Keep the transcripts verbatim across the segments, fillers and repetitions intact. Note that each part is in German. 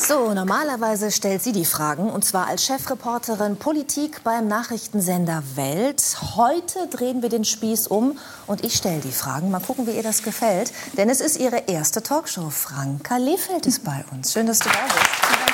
So, normalerweise stellt sie die Fragen, und zwar als Chefreporterin Politik beim Nachrichtensender Welt. Heute drehen wir den Spieß um und ich stelle die Fragen. Mal gucken, wie ihr das gefällt, denn es ist ihre erste Talkshow. Franka Lehfeldt ist bei uns. Schön, dass du da bist.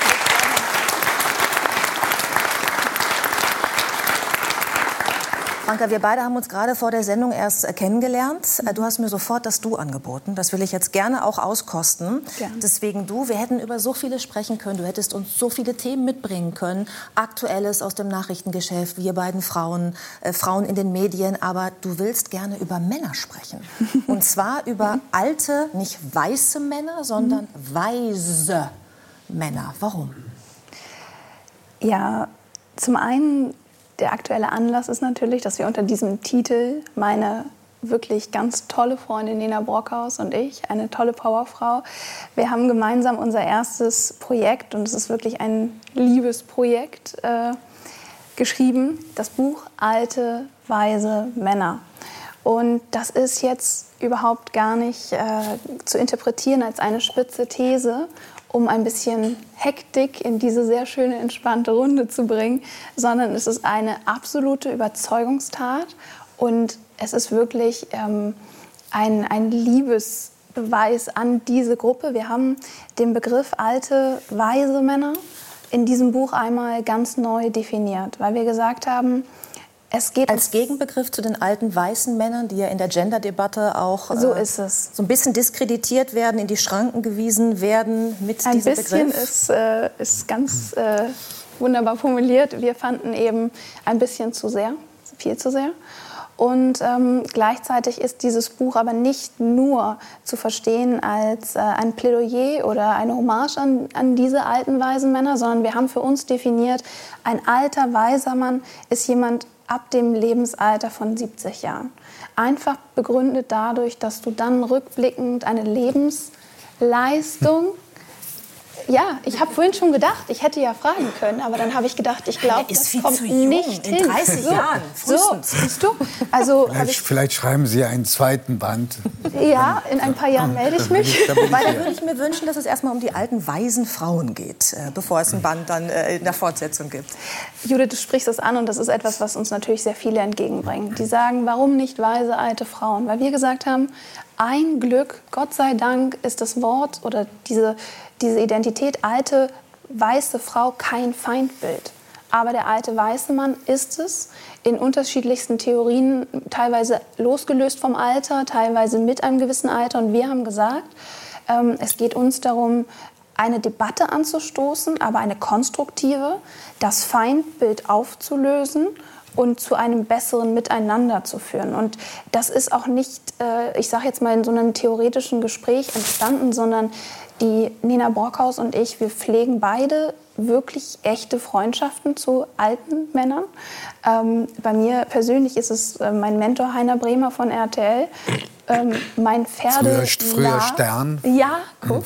Franka, wir beide haben uns gerade vor der Sendung erst kennengelernt. Du hast mir sofort das Du angeboten. Das will ich jetzt gerne auch auskosten. Gern. Deswegen du. Wir hätten über so vieles sprechen können. Du hättest uns so viele Themen mitbringen können. Aktuelles aus dem Nachrichtengeschäft, wir beiden Frauen, äh, Frauen in den Medien. Aber du willst gerne über Männer sprechen. Und zwar über alte, nicht weiße Männer, sondern weise Männer. Warum? Ja, zum einen... Der aktuelle Anlass ist natürlich, dass wir unter diesem Titel meine wirklich ganz tolle Freundin Nina Brockhaus und ich, eine tolle Powerfrau, wir haben gemeinsam unser erstes Projekt, und es ist wirklich ein Liebesprojekt, äh, geschrieben, das Buch Alte, weise Männer. Und das ist jetzt überhaupt gar nicht äh, zu interpretieren als eine spitze These, um ein bisschen Hektik in diese sehr schöne, entspannte Runde zu bringen, sondern es ist eine absolute Überzeugungstat und es ist wirklich ähm, ein, ein Liebesbeweis an diese Gruppe. Wir haben den Begriff alte, weise Männer in diesem Buch einmal ganz neu definiert, weil wir gesagt haben, es geht als Gegenbegriff zu den alten weißen Männern, die ja in der Gender-Debatte auch so, ist es. so ein bisschen diskreditiert werden, in die Schranken gewiesen werden mit ein diesem bisschen Begriff. Ist, äh, ist ganz äh, wunderbar formuliert. Wir fanden eben ein bisschen zu sehr, viel zu sehr. Und ähm, gleichzeitig ist dieses Buch aber nicht nur zu verstehen als äh, ein Plädoyer oder eine Hommage an, an diese alten, weisen Männer, sondern wir haben für uns definiert, ein alter, weiser Mann ist jemand ab dem Lebensalter von siebzig Jahren. Einfach begründet dadurch, dass du dann rückblickend eine Lebensleistung... Ja, ich habe vorhin schon gedacht, ich hätte ja fragen können, aber dann habe ich gedacht, ich glaube, das kommt zu jung, nicht in hin. dreißig so, Jahren, frühestens. So, siehst du? Also, vielleicht, ich, vielleicht schreiben Sie einen zweiten Band. Ja, in ein paar Jahren melde ich mich. Da Weil da würde ich mir wünschen, dass es erstmal um die alten, weisen Frauen geht, äh, bevor es ein Band dann äh, in der Fortsetzung gibt. Judith, du sprichst das an und das ist etwas, was uns natürlich sehr viele entgegenbringen. Die sagen, warum nicht weise alte Frauen? Weil wir gesagt haben, ein Glück, Gott sei Dank, ist das Wort oder diese, diese Identität alte, weiße Frau kein Feindbild. Aber der alte, weiße Mann ist es in unterschiedlichsten Theorien, teilweise losgelöst vom Alter, teilweise mit einem gewissen Alter. Und wir haben gesagt, ähm, es geht uns darum, eine Debatte anzustoßen, aber eine konstruktive, das Feindbild aufzulösen und zu einem besseren Miteinander zu führen. Und das ist auch nicht, äh, ich sage jetzt mal, in so einem theoretischen Gespräch entstanden, sondern die Nina Brockhaus und ich, wir pflegen beide wirklich echte Freundschaften zu alten Männern. Ähm, bei mir persönlich ist es äh, mein Mentor Heiner Bremer von R T L. Ähm, mein Pferde... Früher, früher Stern. Ja, guck.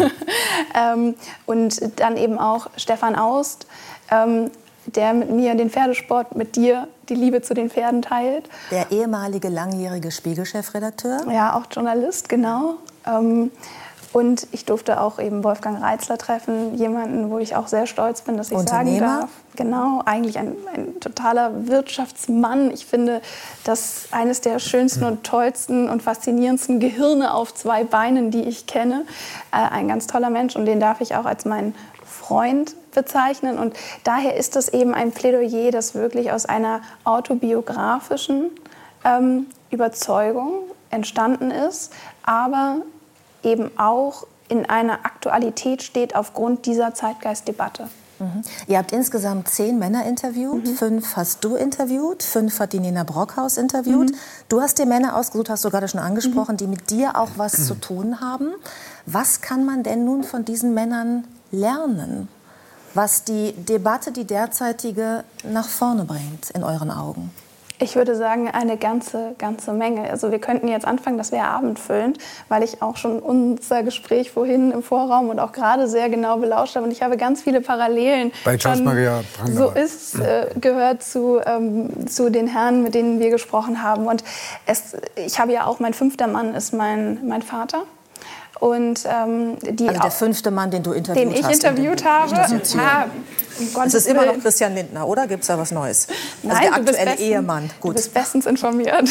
ähm, und dann eben auch Stefan Aust, ähm, der mit mir den Pferdesport, mit dir die Liebe zu den Pferden teilt. Der ehemalige langjährige Spiegel-Chefredakteur. Ja, auch Journalist, genau. Ähm, und ich durfte auch eben Wolfgang Reitzler treffen, jemanden, wo ich auch sehr stolz bin, dass ich sagen darf. Genau, eigentlich ein, ein totaler Wirtschaftsmann. Ich finde, das eines der schönsten und tollsten und faszinierendsten Gehirne auf zwei Beinen, die ich kenne. Äh, ein ganz toller Mensch, und den darf ich auch als meinen Freund bezeichnen. Und daher ist das eben ein Plädoyer, das wirklich aus einer autobiografischen ähm, Überzeugung entstanden ist, aber eben auch in einer Aktualität steht aufgrund dieser Zeitgeistdebatte. Mhm. Ihr habt insgesamt zehn Männer interviewt, mhm. fünf hast du interviewt, fünf hat die Nina Brockhaus interviewt. Mhm. Du hast dir Männer ausgesucht, hast du gerade schon angesprochen, mhm. die mit dir auch was mhm. zu tun haben. Was kann man denn nun von diesen Männern lernen, was die Debatte, die derzeitige, nach vorne bringt, in euren Augen? Ich würde sagen, eine ganze, ganze Menge. Also wir könnten jetzt anfangen, das wäre abendfüllend, weil ich auch schon unser Gespräch vorhin im Vorraum und auch gerade sehr genau belauscht habe. Und ich habe ganz viele Parallelen. Bei Klaus Maria Brandauer. So ist äh, gehört zu, ähm, zu den Herren, mit denen wir gesprochen haben. Und es, ich habe ja auch, mein fünfter Mann ist mein, mein Vater. Und, ähm, die also der fünfte Mann, den du interviewt hast. Den ich hast interviewt in habe. Ja, um es ist immer noch Christian Lindner, oder? Gibt es da was Neues? Nein, also der aktuelle besten, Ehemann. Gut. Du bist bestens informiert.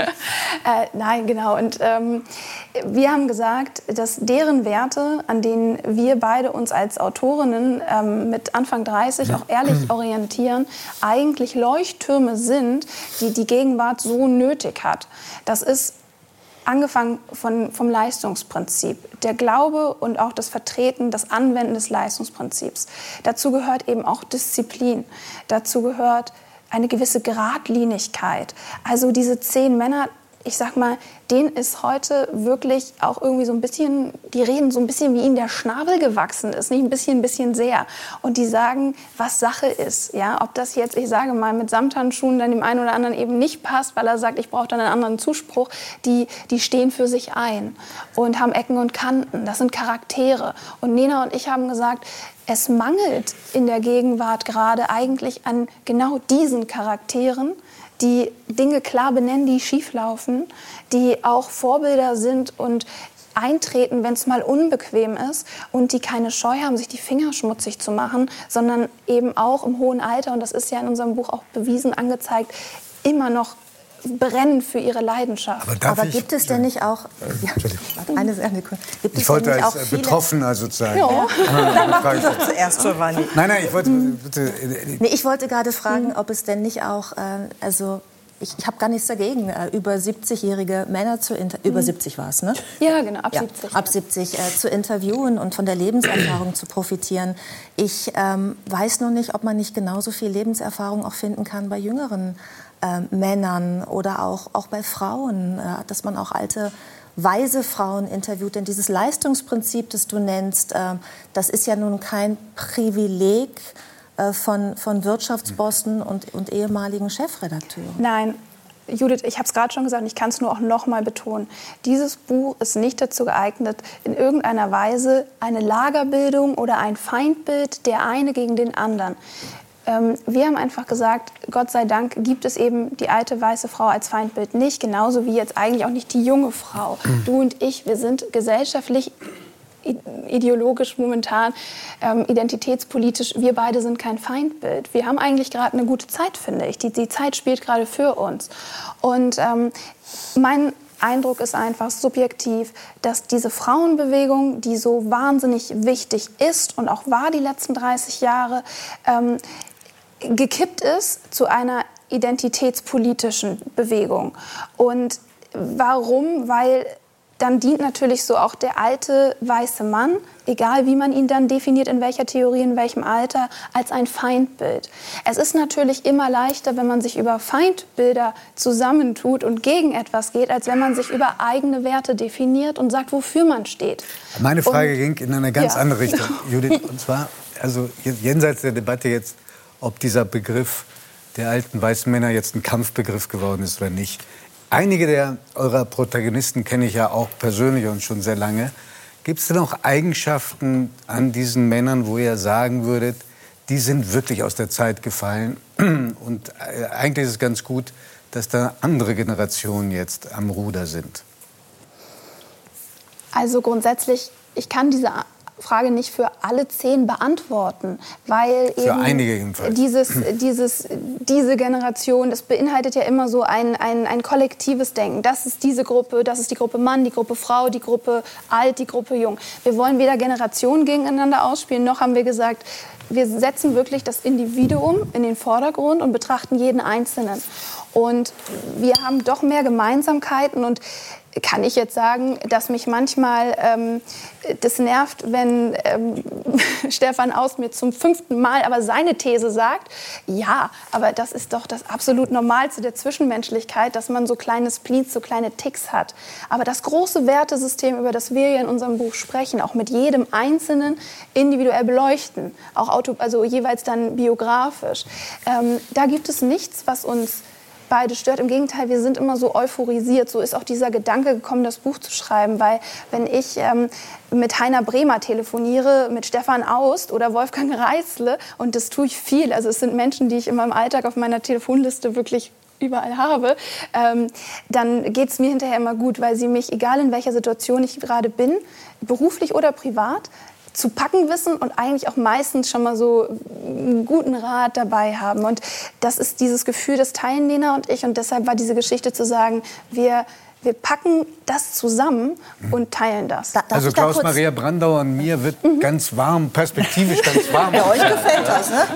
äh, nein, genau. Und ähm, wir haben gesagt, dass deren Werte, an denen wir beide uns als Autorinnen ähm, mit Anfang dreißig auch ehrlich orientieren, eigentlich Leuchttürme sind, die die Gegenwart so nötig hat. Das ist angefangen von, vom Leistungsprinzip, der Glaube und auch das Vertreten, das Anwenden des Leistungsprinzips. Dazu gehört eben auch Disziplin. Dazu gehört eine gewisse Geradlinigkeit. Also diese zehn Männer, ich sag mal, denen ist heute wirklich auch irgendwie so ein bisschen, die reden so ein bisschen, wie ihnen der Schnabel gewachsen ist, nicht ein bisschen, ein bisschen sehr. Und die sagen, was Sache ist. Ja? Ob das jetzt, ich sage mal, mit Samthandschuhen dann dem einen oder anderen eben nicht passt, weil er sagt, ich brauche dann einen anderen Zuspruch, die, die stehen für sich ein und haben Ecken und Kanten. Das sind Charaktere. Und Nena und ich haben gesagt, es mangelt in der Gegenwart gerade eigentlich an genau diesen Charakteren, die Dinge klar benennen, die schieflaufen, die auch Vorbilder sind und eintreten, wenn es mal unbequem ist und die keine Scheu haben, sich die Finger schmutzig zu machen, sondern eben auch im hohen Alter, und das ist ja in unserem Buch auch bewiesen, angezeigt, immer noch brennen für ihre Leidenschaft. Aber, Aber gibt es denn nicht auch... Ja, eine Sekunde. Gibt es ich wollte denn nicht als auch viele... Betroffener sozusagen... Ja, dann mach du doch zuerst, Giovanni. Nein, nein, ich wollte... Bitte, nee, ich wollte gerade fragen, ob es denn nicht auch... Äh, also ich, ich habe gar nichts dagegen, äh, über siebzigjährige Männer zu... Inter- mhm. Über siebzig war es, ne? Ja, genau, ab ja, siebzig. Ab siebzig äh, zu interviewen und von der Lebenserfahrung zu profitieren. Ich ähm, weiß noch nicht, ob man nicht genauso viel Lebenserfahrung auch finden kann bei jüngeren Äh, Männern oder auch, auch bei Frauen, äh, dass man auch alte, weise Frauen interviewt. Denn dieses Leistungsprinzip, das du nennst, äh, das ist ja nun kein Privileg äh, von, von Wirtschaftsbossen und, und ehemaligen Chefredakteuren. Nein. Judith, ich habe es gerade schon gesagt, und ich kann es nur auch noch mal betonen. Dieses Buch ist nicht dazu geeignet, in irgendeiner Weise eine Lagerbildung oder ein Feindbild der eine gegen den anderen. Wir haben einfach gesagt, Gott sei Dank gibt es eben die alte weiße Frau als Feindbild nicht, genauso wie jetzt eigentlich auch nicht die junge Frau. Du und ich, wir sind gesellschaftlich, ideologisch momentan, ähm, identitätspolitisch, wir beide sind kein Feindbild. Wir haben eigentlich gerade eine gute Zeit, finde ich. Die, die Zeit spielt gerade für uns. Und ähm, mein Eindruck ist einfach subjektiv, dass diese Frauenbewegung, die so wahnsinnig wichtig ist und auch war die letzten dreißig Jahre, ähm, gekippt ist zu einer identitätspolitischen Bewegung. Und warum? Weil dann dient natürlich so auch der alte weiße Mann, egal wie man ihn dann definiert, in welcher Theorie, in welchem Alter, als ein Feindbild. Es ist natürlich immer leichter, wenn man sich über Feindbilder zusammentut und gegen etwas geht, als wenn man sich über eigene Werte definiert und sagt, wofür man steht. Meine Frage und, ging in eine ganz ja. andere Richtung, Judith. Und zwar, also jenseits der Debatte jetzt, ob dieser Begriff der alten weißen Männer jetzt ein Kampfbegriff geworden ist oder nicht. Einige der eurer Protagonisten kenne ich ja auch persönlich und schon sehr lange. Gibt es denn auch Eigenschaften an diesen Männern, wo ihr sagen würdet, die sind wirklich aus der Zeit gefallen? Und eigentlich ist es ganz gut, dass da andere Generationen jetzt am Ruder sind. Also grundsätzlich, ich kann diese Frage nicht für alle zehn beantworten, weil für eben einige jedenfalls. Dieses, dieses, diese Generation, das beinhaltet ja immer so ein, ein, ein kollektives Denken. Das ist diese Gruppe, das ist die Gruppe Mann, die Gruppe Frau, die Gruppe Alt, die Gruppe Jung. Wir wollen weder Generationen gegeneinander ausspielen, noch haben wir gesagt, wir setzen wirklich das Individuum in den Vordergrund und betrachten jeden Einzelnen. Und wir haben doch mehr Gemeinsamkeiten und kann ich jetzt sagen, dass mich manchmal ähm, das nervt, wenn ähm, Stefan Aust mir zum fünften Mal aber seine These sagt. Ja, aber das ist doch das absolut Normalste der Zwischenmenschlichkeit, dass man so kleine Spleens, so kleine Ticks hat. Aber das große Wertesystem, über das wir hier in unserem Buch sprechen, auch mit jedem Einzelnen individuell beleuchten, auch auto, also jeweils dann biografisch, ähm, da gibt es nichts, was uns beide stört. Im Gegenteil, wir sind immer so euphorisiert. So ist auch dieser Gedanke gekommen, das Buch zu schreiben. Weil wenn ich ähm, mit Heiner Bremer telefoniere, mit Stefan Aust oder Wolfgang Reißle, und das tue ich viel. Also es sind Menschen, die ich in meinem Alltag auf meiner Telefonliste wirklich überall habe, ähm, dann geht es mir hinterher immer gut, weil sie mich, egal in welcher Situation ich gerade bin, beruflich oder privat, zu packen wissen und eigentlich auch meistens schon mal so einen guten Rat dabei haben. Und das ist dieses Gefühl, das teilen Lena und ich. Und deshalb war diese Geschichte zu sagen, wir, wir packen das zusammen und teilen das. Da, also Klaus-Maria Brandauer und mir wird mhm. ganz warm, perspektivisch ganz warm. Ja, euch gefällt das, ne?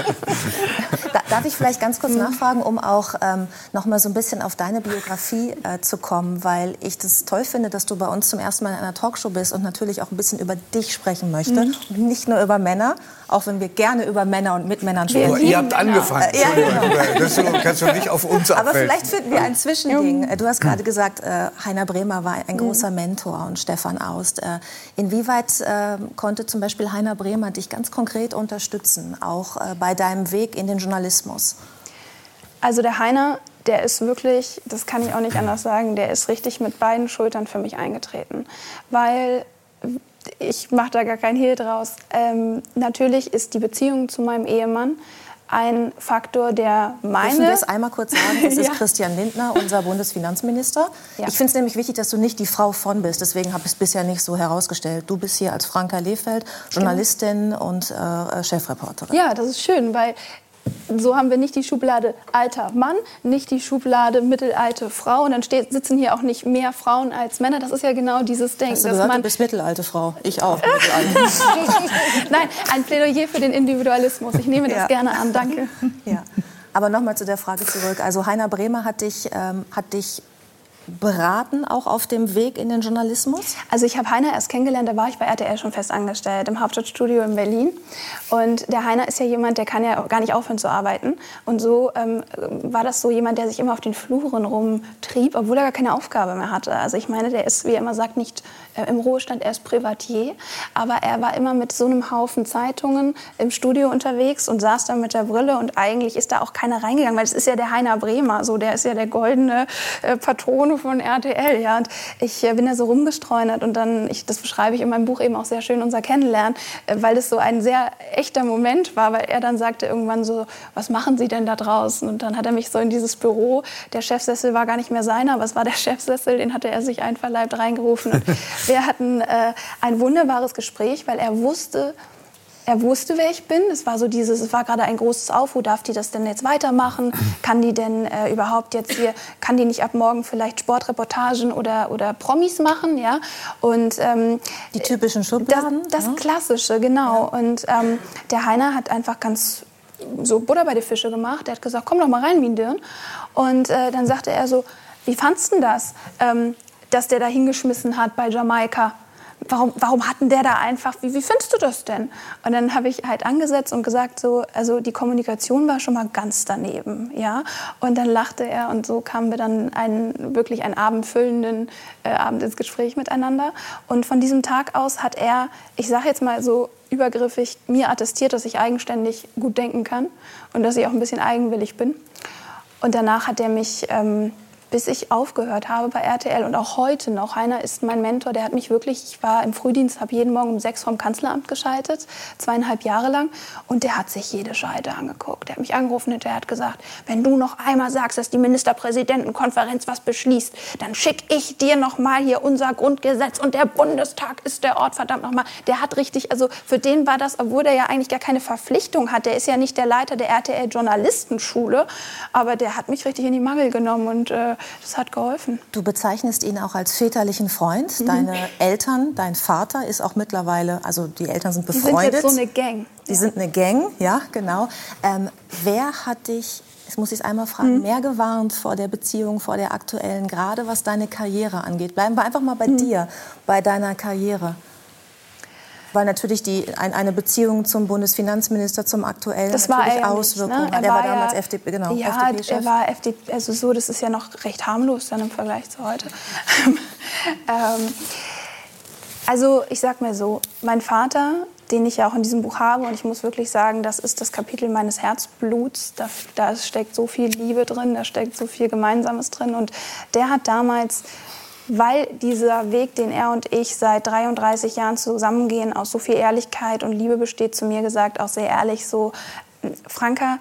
da, darf ich vielleicht ganz kurz mhm. nachfragen, um auch ähm, noch mal so ein bisschen auf deine Biografie äh, zu kommen, weil ich das toll finde, dass du bei uns zum ersten Mal in einer Talkshow bist und natürlich auch ein bisschen über dich sprechen möchte mhm. und nicht nur über Männer, auch wenn wir gerne über Männer und mit Männern sprechen. Ihr habt angefangen. Äh, ja, genau. Das kannst du nicht auf uns abwälzen. Aber vielleicht finden wir ein Zwischending. Du hast gerade gesagt, äh, Heiner Bremer war ein großer Mentor und Stefan Aust. Äh, inwieweit äh, konnte zum Beispiel Heiner Bremer dich ganz konkret unterstützen, auch äh, bei deinem Weg in den Journalismus? Also der Heiner, der ist wirklich, das kann ich auch nicht anders sagen, der ist richtig mit beiden Schultern für mich eingetreten. Weil, ich mache da gar keinen Hehl draus, ähm, natürlich ist die Beziehung zu meinem Ehemann ein Faktor, der meine... Dürfen wir es einmal kurz sagen? Das ist ja. Christian Lindner, unser Bundesfinanzminister. Ja. Ich finde es nämlich wichtig, dass du nicht die Frau von bist. Deswegen habe ich es bisher nicht so herausgestellt. Du bist hier als Franka Lehfeldt, Journalistin genau. und äh, Chefreporterin. Ja, das ist schön, weil so haben wir nicht die Schublade alter Mann, nicht die Schublade mittelalte Frau. Und dann steht, sitzen hier auch nicht mehr Frauen als Männer. Das ist ja genau dieses Denken. Hast du dass gehört, man du bist mittelalte Frau. Ich auch. Nein, ein Plädoyer für den Individualismus. Ich nehme das ja. gerne an. Danke. Ja. Aber noch mal zu der Frage zurück. Also Heiner Bremer hat dich, ähm, hat dich beraten, auch auf dem Weg in den Journalismus? Also ich habe Heiner erst kennengelernt, da war ich bei R T L schon fest angestellt, im Hauptstadtstudio in Berlin. Und der Heiner ist ja jemand, der kann ja gar nicht aufhören zu arbeiten. Und so ähm, war das so jemand, der sich immer auf den Fluren rumtrieb, obwohl er gar keine Aufgabe mehr hatte. Also ich meine, der ist, wie er immer sagt, nicht äh, im Ruhestand, er ist Privatier. Aber er war immer mit so einem Haufen Zeitungen im Studio unterwegs und saß da mit der Brille. Und eigentlich ist da auch keiner reingegangen, weil es ist ja der Heiner Bremer, so, der ist ja der goldene äh, Patron von R T L, ja, und ich äh, bin da so rumgestreunert und dann, ich, das beschreibe ich in meinem Buch eben auch sehr schön, unser Kennenlernen, äh, weil das so ein sehr echter Moment war, weil er dann sagte irgendwann so, was machen Sie denn da draußen? Und dann hat er mich so in dieses Büro, der Chefsessel war gar nicht mehr seiner, aber es war der Chefsessel, den hatte er sich einverleibt reingerufen. Und wir hatten äh, ein wunderbares Gespräch, weil er wusste, Er wusste, wer ich bin. Es war so dieses, es war gerade ein großes Aufruhr. Darf die das denn jetzt weitermachen? Kann die denn äh, überhaupt jetzt hier, kann die nicht ab morgen vielleicht Sportreportagen oder, oder Promis machen? Ja? Und, ähm, die typischen Schubladen? Das, das ja. Klassische, genau. Ja. Und ähm, der Heiner hat einfach ganz so Butter bei die Fische gemacht. Er hat gesagt, komm doch mal rein, Mien-Dirn. Und äh, dann sagte er so, wie fandst du das, ähm, dass der da hingeschmissen hat bei Jamaika? Warum, warum hatten der da einfach, wie, wie findest du das denn? Und dann habe ich halt angesetzt und gesagt, so, also die Kommunikation war schon mal ganz daneben. Ja? Und dann lachte er und so kamen wir dann einen, wirklich einen abendfüllenden äh, Abend ins Gespräch miteinander. Und von diesem Tag aus hat er, ich sage jetzt mal so übergriffig, mir attestiert, dass ich eigenständig gut denken kann und dass ich auch ein bisschen eigenwillig bin. Und danach hat er mich... Ähm, bis ich aufgehört habe bei R T L und auch heute noch. Heiner ist mein Mentor, der hat mich wirklich, ich war im Frühdienst, habe jeden Morgen um sechs vom Kanzleramt geschaltet, zweieinhalb Jahre lang. Und der hat sich jede Scheide angeguckt. Der hat mich angerufen und der hat gesagt, wenn du noch einmal sagst, dass die Ministerpräsidentenkonferenz was beschließt, dann schicke ich dir noch mal hier unser Grundgesetz und der Bundestag ist der Ort, verdammt noch mal. Der hat richtig, also für den war das, obwohl der ja eigentlich gar keine Verpflichtung hat, der ist ja nicht der Leiter der R T L-Journalistenschule, aber der hat mich richtig in die Mangel genommen und äh, das hat geholfen. Du bezeichnest ihn auch als väterlichen Freund. Mhm. Deine Eltern, dein Vater ist auch mittlerweile, also die Eltern sind befreundet. Die sind jetzt so eine Gang. Die ja. sind eine Gang, ja, genau. Ähm, wer hat dich, jetzt muss ich es einmal fragen, mhm. mehr gewarnt vor der Beziehung, vor der aktuellen, gerade was deine Karriere angeht? Bleiben wir einfach mal bei mhm. dir, bei deiner Karriere. Weil natürlich die, ein, eine Beziehung zum Bundesfinanzminister, zum aktuellen, das natürlich war Auswirkungen. Nicht, ne? Der war war damals ja, F D P, genau, ja, F D P-Chef. er war F D P, also so, das ist ja noch recht harmlos dann im Vergleich zu heute. ähm, also ich sag mal so, mein Vater, den ich ja auch in diesem Buch habe, und ich muss wirklich sagen, das ist das Kapitel meines Herzbluts, da, da steckt so viel Liebe drin, da steckt so viel Gemeinsames drin, und der hat damals, weil dieser Weg, den er und ich seit dreiunddreißig Jahren zusammengehen, aus so viel Ehrlichkeit und Liebe besteht, zu mir gesagt, auch sehr ehrlich so, Franka,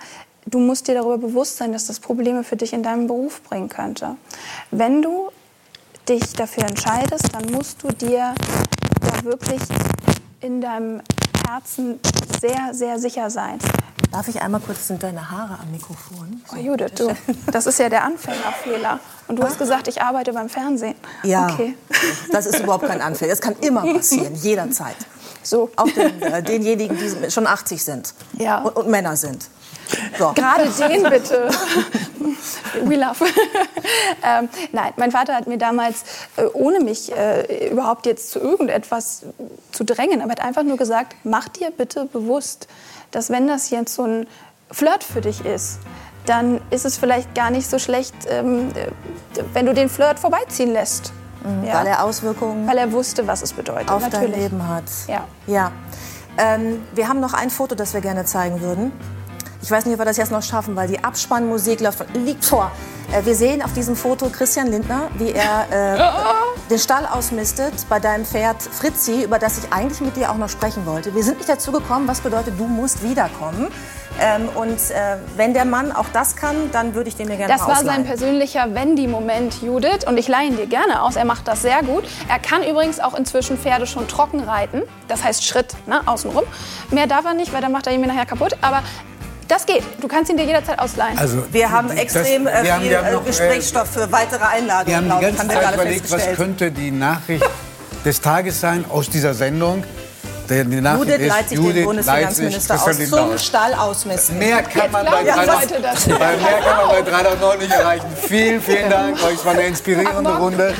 du musst dir darüber bewusst sein, dass das Probleme für dich in deinem Beruf bringen könnte. Wenn du dich dafür entscheidest, dann musst du dir da wirklich in deinem Herzen sehr, sehr sicher sein. Darf ich einmal kurz, sind deine Haare am Mikrofon? So, oh Judith, du, das ist ja der Anfängerfehler. Und du hast gesagt, ich arbeite beim Fernsehen. Ja, okay. Das ist überhaupt kein Anfänger. Das kann immer passieren, jederzeit. So. Auch den, äh, denjenigen, die schon achtzig sind ja. und, und Männer sind. So. Gerade den bitte. We love. ähm, nein, mein Vater hat mir damals, äh, ohne mich äh, überhaupt jetzt zu irgendetwas zu drängen, aber hat einfach nur gesagt, mach dir bitte bewusst, dass wenn das jetzt so ein Flirt für dich ist, dann ist es vielleicht gar nicht so schlecht, ähm, wenn du den Flirt vorbeiziehen lässt. Mhm, ja? Weil er Auswirkungen Weil er wusste, was es bedeutet. auf Natürlich. dein Leben hat. Ja. ja. Ähm, wir haben noch ein Foto, das wir gerne zeigen würden. Ich weiß nicht, ob wir das jetzt noch schaffen, weil die Abspannmusik läuft, liegt vor. Äh, wir sehen auf diesem Foto Christian Lindner, wie er äh, den Stall ausmistet bei deinem Pferd Fritzi, über das ich eigentlich mit dir auch noch sprechen wollte. Wir sind nicht dazu gekommen, was bedeutet, du musst wiederkommen. Ähm, und äh, wenn der Mann auch das kann, dann würde ich den mir gerne Das mal war ausleihen. sein persönlicher Wendy-Moment, Judith. Und ich leihe ihn dir gerne aus. Er macht das sehr gut. Er kann übrigens auch inzwischen Pferde schon trocken reiten. Das heißt Schritt, ne, außenrum. Mehr darf er nicht, weil dann macht er ihn mir nachher kaputt. Aber das geht. Du kannst ihn dir jederzeit ausleihen. Also, wir haben extrem das, äh, wir haben, viel wir haben äh, noch, Gesprächsstoff für weitere Einladungen. Wir haben die ganze haben wir Zeit gerade überlegt, was könnte die Nachricht des Tages sein aus dieser Sendung. Die Nachricht Judith ist, leitet sich Judith den Bundesfinanzminister aus zum Stall ausmessen. Mehr kann man bei Ja, dreihundertneun nicht erreichen. Vielen, vielen Dank. Es war eine inspirierende Runde.